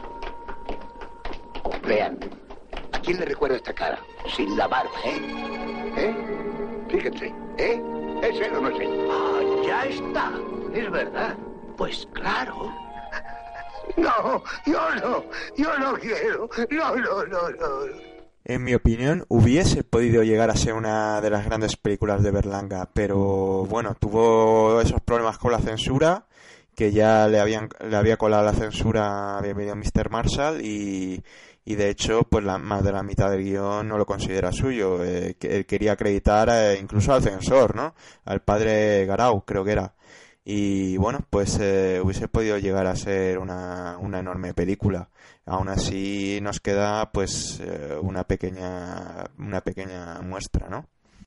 Vean, ¿a quién le recuerda esta cara? Sin la barba, ¿eh? ¿Eh? Fíjense, ¿eh? ¿Es él o no es él? Ah, ya está. Es verdad. Pues claro. No, yo no, yo no quiero. No, no, no, no. En mi opinión, hubiese podido llegar a ser una de las grandes películas de Berlanga, pero bueno, tuvo esos problemas con la censura, que ya le habían le había colado la censura a Bienvenido mister Marshall y, y de hecho, pues la, más de la mitad del guión no lo considera suyo. Eh, que él quería acreditar eh, incluso al censor, ¿no? Al padre Garau, creo que era. Y bueno, pues eh, hubiese podido llegar a ser una, una enorme película. Aún así nos queda pues eh, una pequeña una pequeña muestra, ¿no?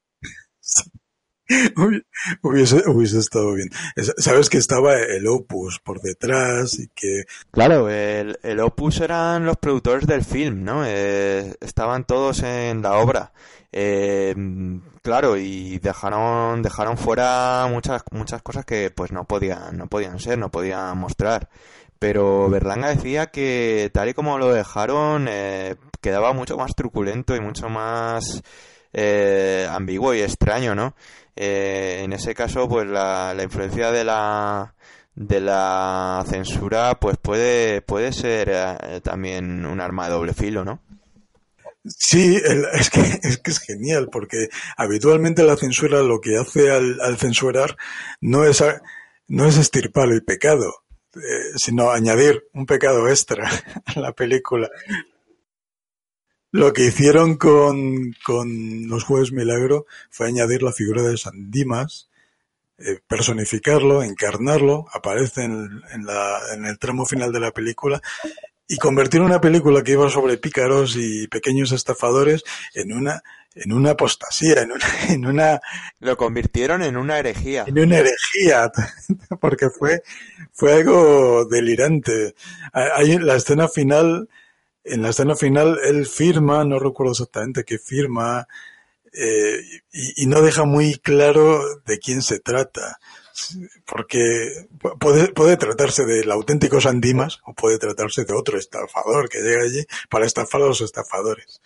hubiese, hubiese estado bien. Sabes que estaba el Opus por detrás y que... Claro, el, el Opus eran los productores del film, ¿no? Eh, estaban todos en la obra. Eh, claro, y dejaron dejaron fuera muchas muchas cosas que pues no podían no podían ser, no podían mostrar. Pero Berlanga decía que tal y como lo dejaron eh, quedaba mucho más truculento y mucho más eh, ambiguo y extraño, ¿no? Eh, en ese caso, pues la, la influencia de la de la censura, pues puede puede ser eh, también un arma de doble filo, ¿no? Sí, el- es que, es que es genial, porque habitualmente la censura lo que hace al, al censurar no es, a- no es extirpar el pecado, eh, sino añadir un pecado extra a la película. Lo que hicieron con, con Los Jueves Milagro fue añadir la figura de San Dimas, eh, personificarlo, encarnarlo, aparece en, en la, en el tramo final de la película, y convertir una película que iba sobre pícaros y pequeños estafadores en una en una apostasía, en una en una Lo convirtieron en una herejía. en una herejía, porque fue fue algo delirante. Hay la escena final, en la escena final él firma, no recuerdo exactamente qué firma, eh, y, y no deja muy claro de quién se trata. Porque puede, puede tratarse del auténtico San Dimas o puede tratarse de otro estafador que llega allí para estafar a los estafadores.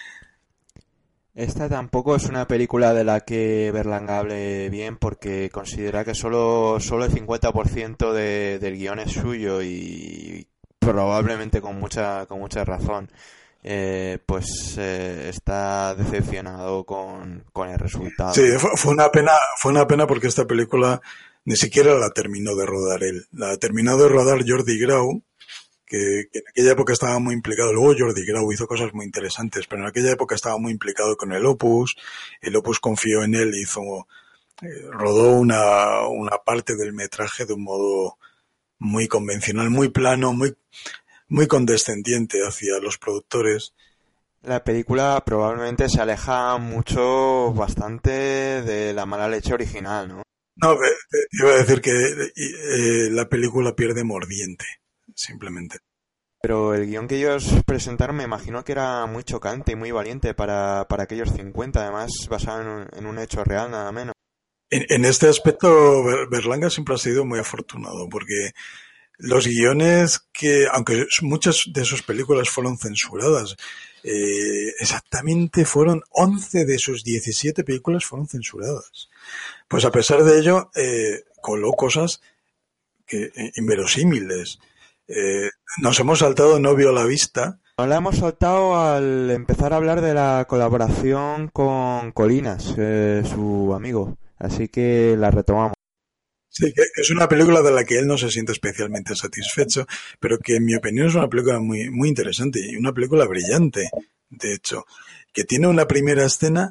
Esta tampoco es una película de la que Berlanga hable bien porque considera que solo, solo el cincuenta por ciento de, del guión es suyo y probablemente con mucha, con mucha razón. Eh, pues eh, está decepcionado con, con el resultado. Sí, fue, fue una pena, fue una pena porque esta película ni siquiera la terminó de rodar él. La terminó de rodar Jordi Grau, que, que en aquella época estaba muy implicado. Luego Jordi Grau hizo cosas muy interesantes, pero en aquella época estaba muy implicado con el Opus. El Opus confió en él y hizo, eh, rodó una, una parte del metraje de un modo muy convencional, muy plano, muy, muy condescendiente hacia los productores. La película probablemente se aleja mucho, bastante de la mala leche original, ¿no? No, eh, eh, iba a decir que eh, la película pierde mordiente, simplemente. Pero el guión que ellos presentaron me imagino que era muy chocante y muy valiente para, para aquellos cincuenta, además basado en un, en un hecho real, nada menos. En, en este aspecto, Ber- Berlanga siempre ha sido muy afortunado, porque los guiones que, aunque muchas de sus películas fueron censuradas, eh, exactamente fueron once de sus diecisiete películas fueron censuradas. Pues a pesar de ello, eh, coló cosas que, eh, inverosímiles. Eh, nos hemos saltado Novio a la vista. Nos la hemos soltado al empezar a hablar de la colaboración con Colinas, eh, su amigo, así que la retomamos. Sí, que es una película de la que él no se siente especialmente satisfecho, pero que en mi opinión es una película muy, muy interesante y una película brillante, de hecho, que tiene una primera escena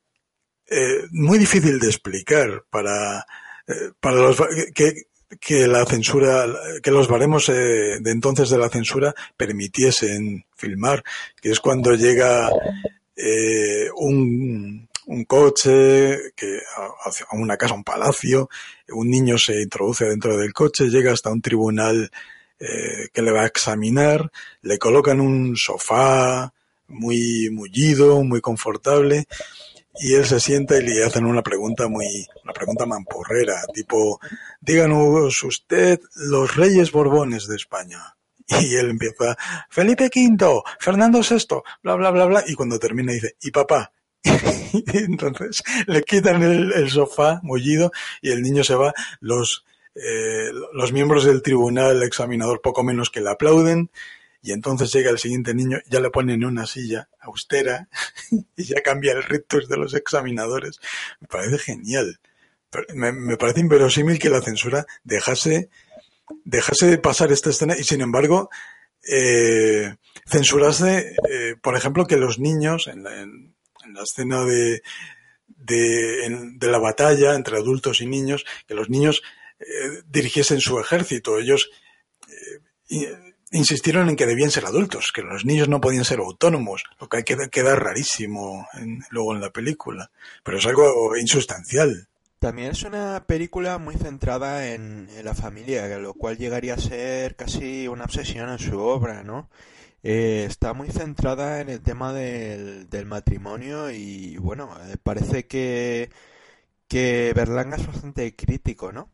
eh, muy difícil de explicar para, eh, para los que, que la censura, que los baremos eh, de entonces de la censura permitiesen filmar, que es cuando llega eh, un un coche que hacia una casa, un palacio, un niño se introduce dentro del coche, llega hasta un tribunal eh, que le va a examinar, le colocan un sofá muy mullido, muy confortable, y él se sienta y le hacen una pregunta muy, una pregunta mamporrera, tipo, díganos usted los reyes Borbones de España. Y él empieza, Felipe quinto, Fernando sexto, bla, bla, bla, bla, y cuando termina dice, ¿y papá? Y entonces le quitan el, el sofá mullido y el niño se va. Los, eh, los miembros del tribunal, el examinador, poco menos que le aplauden. Y entonces llega el siguiente niño, ya le ponen una silla austera y ya cambia el rictus de los examinadores. Me parece genial. Me, me parece inverosímil que la censura dejase, dejase pasar esta escena y, sin embargo, eh, censurase, eh, por ejemplo, que los niños en la, en, en la escena de, de, en, de la batalla entre adultos y niños, que los niños eh, dirigiesen su ejército. Ellos eh, insistieron en que debían ser adultos, que los niños no podían ser autónomos, lo que queda, queda rarísimo en, luego en la película, pero es algo insustancial. También es una película muy centrada en, en la familia, lo cual llegaría a ser casi una obsesión en su obra, ¿no? Eh, está muy centrada en el tema del, del matrimonio y, bueno, eh, parece que, que Berlanga es bastante crítico, ¿no?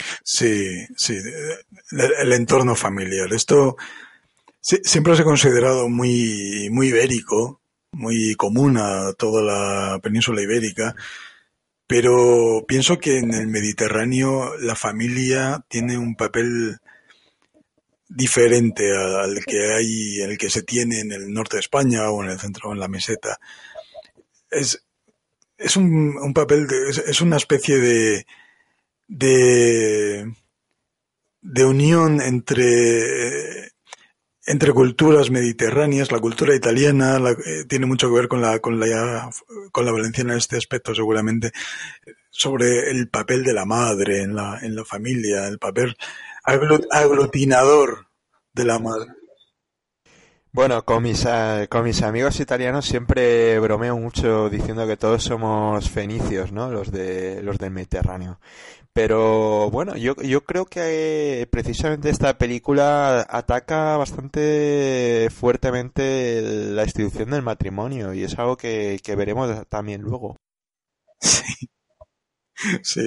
Sí, sí, el, el entorno familiar. Esto sí, siempre se ha considerado muy, muy ibérico, muy común a toda la península ibérica. pero pienso que en el Mediterráneo la familia tiene un papel diferente al que hay, el que se tiene en el norte de España o en el centro, en la meseta. Es, es un, un papel, de, es, es una especie de, de, de unión entre, entre culturas mediterráneas. La cultura italiana la, eh, tiene mucho que ver con la, con la, con la valenciana en este aspecto, seguramente, sobre el papel de la madre en la, en la familia, el papel aglutinador de la madre. Bueno, con mis, uh, con mis amigos italianos siempre bromeo mucho diciendo que todos somos fenicios, ¿no? Los de los del Mediterráneo. Pero bueno, yo yo creo que eh, precisamente esta película ataca bastante fuertemente la institución del matrimonio y es algo que, que veremos también luego. Sí, sí.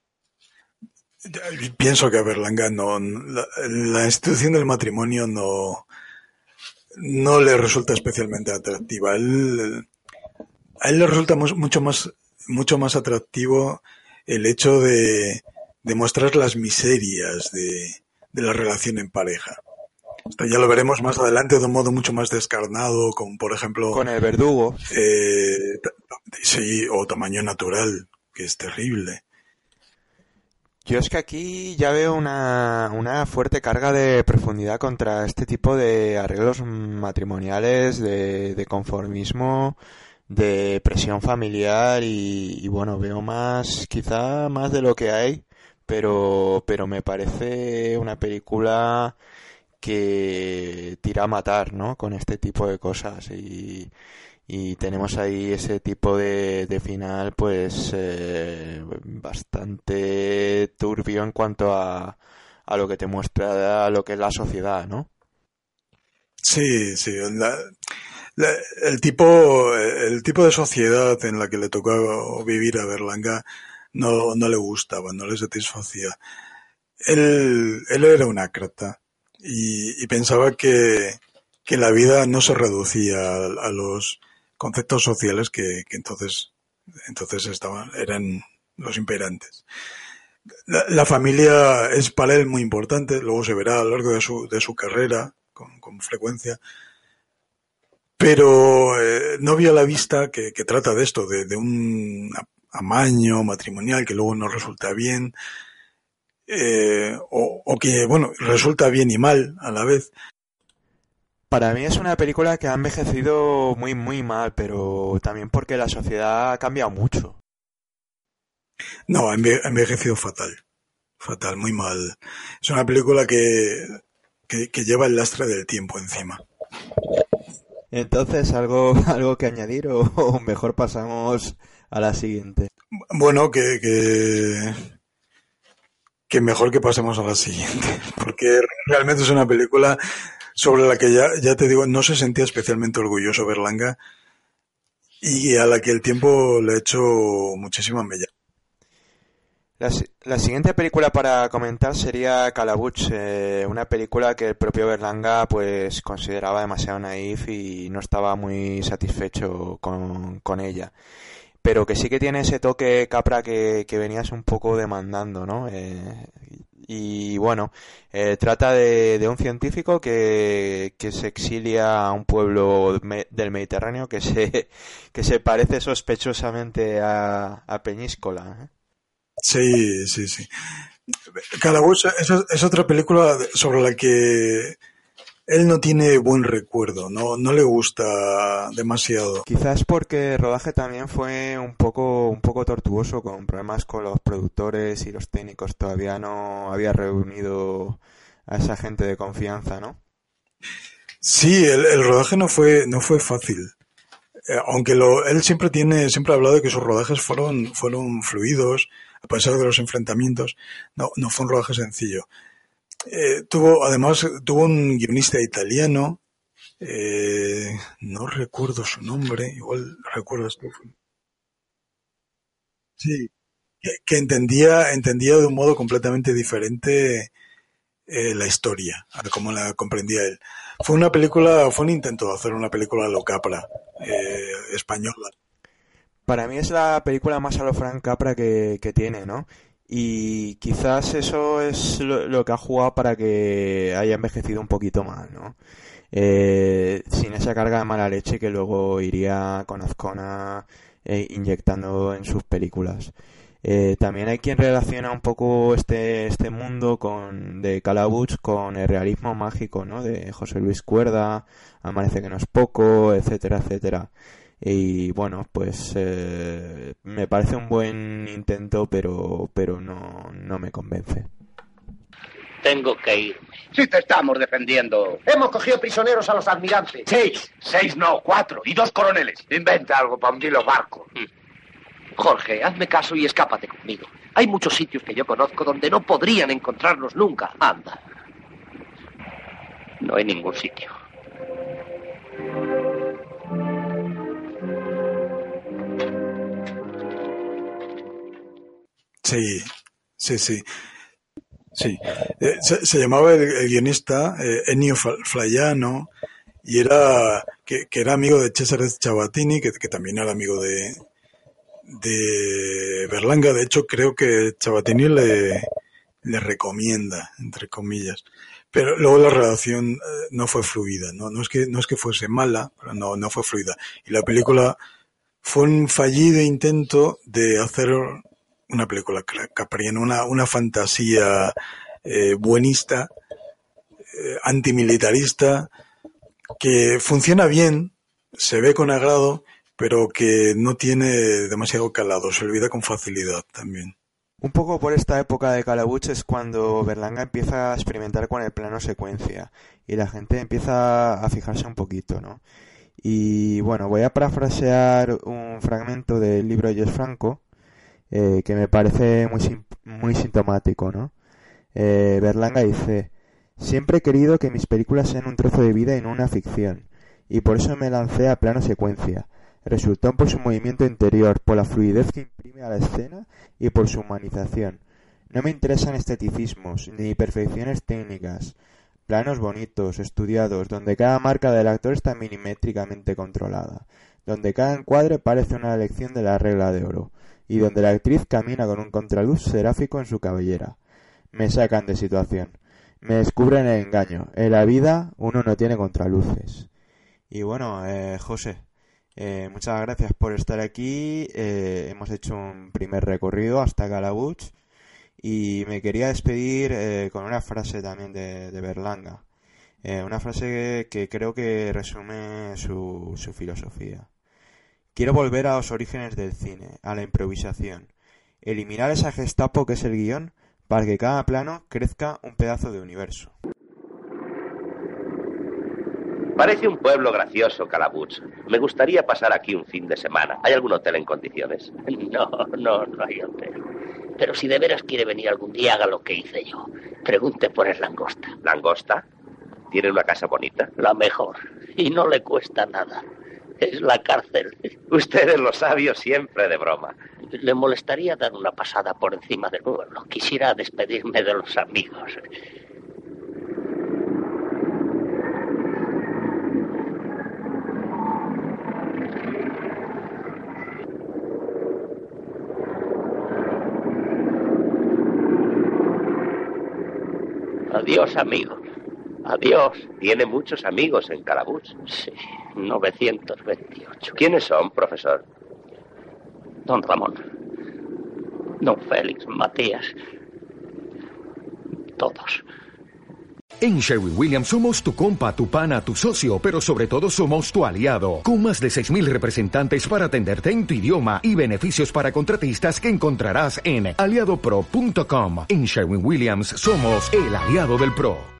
Pienso que a Berlanga no, la, la institución del matrimonio no, no le resulta especialmente atractiva. Él, a él le resulta mucho más, mucho más atractivo el hecho de, de mostrar las miserias de, de la relación en pareja. Esto ya lo veremos más adelante de un modo mucho más descarnado, como por ejemplo... Con el verdugo. Eh, sí, o Tamaño Natural, que es terrible. Yo es que aquí ya veo una, una fuerte carga de profundidad contra este tipo de arreglos matrimoniales, de, de conformismo, de presión familiar y, y bueno, veo más, quizá más de lo que hay, pero, pero me parece una película que tira a matar, ¿no? Con este tipo de cosas y... Y tenemos ahí ese tipo de, de final, pues, eh, bastante turbio en cuanto a, a lo que te muestra a lo que es la sociedad, ¿no? Sí, sí. La, la, el tipo, el tipo de sociedad en la que le tocó vivir a Berlanga no, no le gustaba, no le satisfacía. Él, él era un ácrata y, y pensaba que, que la vida no se reducía a, a los conceptos sociales que, que entonces entonces estaban eran los imperantes. La, la familia es para él muy importante, luego se verá a lo largo de su de su carrera con, con frecuencia, pero eh, no vio a la vista que, que trata de esto, de, de un amaño matrimonial que luego no resulta bien, eh, o, o que bueno resulta bien y mal a la vez. Para mí es una película que ha envejecido muy, muy mal, pero también porque la sociedad ha cambiado mucho. No, ha envejecido fatal. Fatal, muy mal. Es una película que, que, que lleva el lastre del tiempo encima. Entonces, ¿algo, algo que añadir o, o mejor pasamos a la siguiente? Bueno, que, que, que mejor que pasemos a la siguiente, porque realmente es una película sobre la que ya, ya te digo, no se sentía especialmente orgulloso Berlanga y a la que el tiempo le ha hecho muchísima mella. La, la siguiente película para comentar sería Calabuch, eh, una película que el propio Berlanga pues consideraba demasiado naif y no estaba muy satisfecho con, con ella. Pero que sí que tiene ese toque Capra que, que venías un poco demandando, ¿no? Eh, y bueno, eh, trata de, de un científico que, que se exilia a un pueblo me, del Mediterráneo que se, que se parece sospechosamente a, a Peñíscola, ¿eh? Sí, sí, sí. Calabuch es, es otra película sobre la que él no tiene buen recuerdo, no, no le gusta demasiado. Quizás porque el rodaje también fue un poco, un poco tortuoso, con problemas con los productores y los técnicos. Todavía no había reunido a esa gente de confianza, ¿no? Sí, el, el rodaje no fue, no fue fácil. Eh, aunque lo, él siempre tiene, siempre ha hablado de que sus rodajes fueron, fueron fluidos, a pesar de los enfrentamientos. No, no fue un rodaje sencillo. Eh, tuvo, además, tuvo un guionista italiano, eh, no recuerdo su nombre, igual recuerdas tú. Sí, que, que entendía, entendía de un modo completamente diferente eh, la historia, a como la comprendía él. Fue una película, fue un intento de hacer una película a lo Capra, eh, española. Para mí es la película más a lo Frank Capra que, que tiene, ¿no? Y quizás eso es lo, lo que ha jugado para que haya envejecido un poquito más, ¿no? Eh, sin esa carga de mala leche que luego iría con Azcona eh, inyectando en sus películas. Eh, también hay quien relaciona un poco este este mundo con de Calabuch con el realismo mágico, ¿no? De José Luis Cuerda, Amanece que no es poco, etcétera, etcétera. Y bueno, pues eh, me parece un buen intento, pero pero no, no me convence. Tengo que irme. Si te estamos defendiendo. Hemos cogido prisioneros a los almirantes. Seis. Seis no, cuatro. Y dos coroneles. Inventa algo para hundir los barcos. Jorge, hazme caso y escápate conmigo. Hay muchos sitios que yo conozco donde no podrían encontrarnos nunca. Anda. No hay ningún sitio. Sí, sí, sí. Sí. Eh, se, se llamaba el, el guionista eh, Ennio Flaiano y era que, que era amigo de Cesare Ciabattini, que, que también era amigo de de Berlanga. De hecho, creo que Ciabattini le, le recomienda, entre comillas. Pero luego la relación eh, no fue fluida, ¿no? No es que no es que fuese mala, pero no, no fue fluida. Y la película fue un fallido intento de hacer una película capriana, una, una fantasía eh, buenista, eh, antimilitarista, que funciona bien, se ve con agrado, pero que no tiene demasiado calado, se olvida con facilidad también. Un poco por esta época de Calabuch es cuando Berlanga empieza a experimentar con el plano secuencia y la gente empieza a fijarse un poquito, ¿no? Y bueno, voy a parafrasear un fragmento del libro de Jess Franco, eh, que me parece muy, muy sintomático, ¿no? Eh, Berlanga dice: siempre he querido que mis películas sean un trozo de vida y no una ficción, y por eso me lancé a plano secuencia. Resultó por su movimiento interior, por la fluidez que imprime a la escena y por su humanización. No me interesan esteticismos ni perfecciones técnicas. Planos bonitos, estudiados, donde cada marca del actor está milimétricamente controlada, donde cada encuadre parece una lección de la regla de oro, y donde la actriz camina con un contraluz seráfico en su cabellera. Me sacan de situación. Me descubren el engaño. En la vida uno no tiene contraluces. Y bueno, eh, José, Eh, muchas gracias por estar aquí. Eh, hemos hecho un primer recorrido hasta Calabuch y me quería despedir eh, con una frase también de, de Berlanga. Eh, una frase que, que creo que resume su, su filosofía. Quiero volver a los orígenes del cine, a la improvisación. Eliminar esa Gestapo que es el guión para que cada plano crezca un pedazo de universo. Parece un pueblo gracioso, Calabuch. Me gustaría pasar aquí un fin de semana. ¿Hay algún hotel en condiciones? No, no, no hay hotel. Pero si de veras quiere venir algún día, haga lo que hice yo. Pregunte por el Langosta. ¿Langosta? ¿Tiene una casa bonita? La mejor. Y no le cuesta nada. Es la cárcel. Ustedes los sabios siempre de broma. Le molestaría dar una pasada por encima del pueblo. Quisiera despedirme de los amigos. Adiós, amigo. Adiós. ¿Tiene muchos amigos en Calabuch? Sí, novecientos veintiocho. ¿Quiénes son, profesor? Don Ramón, don Félix, Matías, todos. En Sherwin-Williams somos tu compa, tu pana, tu socio, pero sobre todo somos tu aliado, con más de seis mil representantes para atenderte en tu idioma y beneficios para contratistas que encontrarás en aliado pro punto com. En Sherwin-Williams somos el aliado del pro.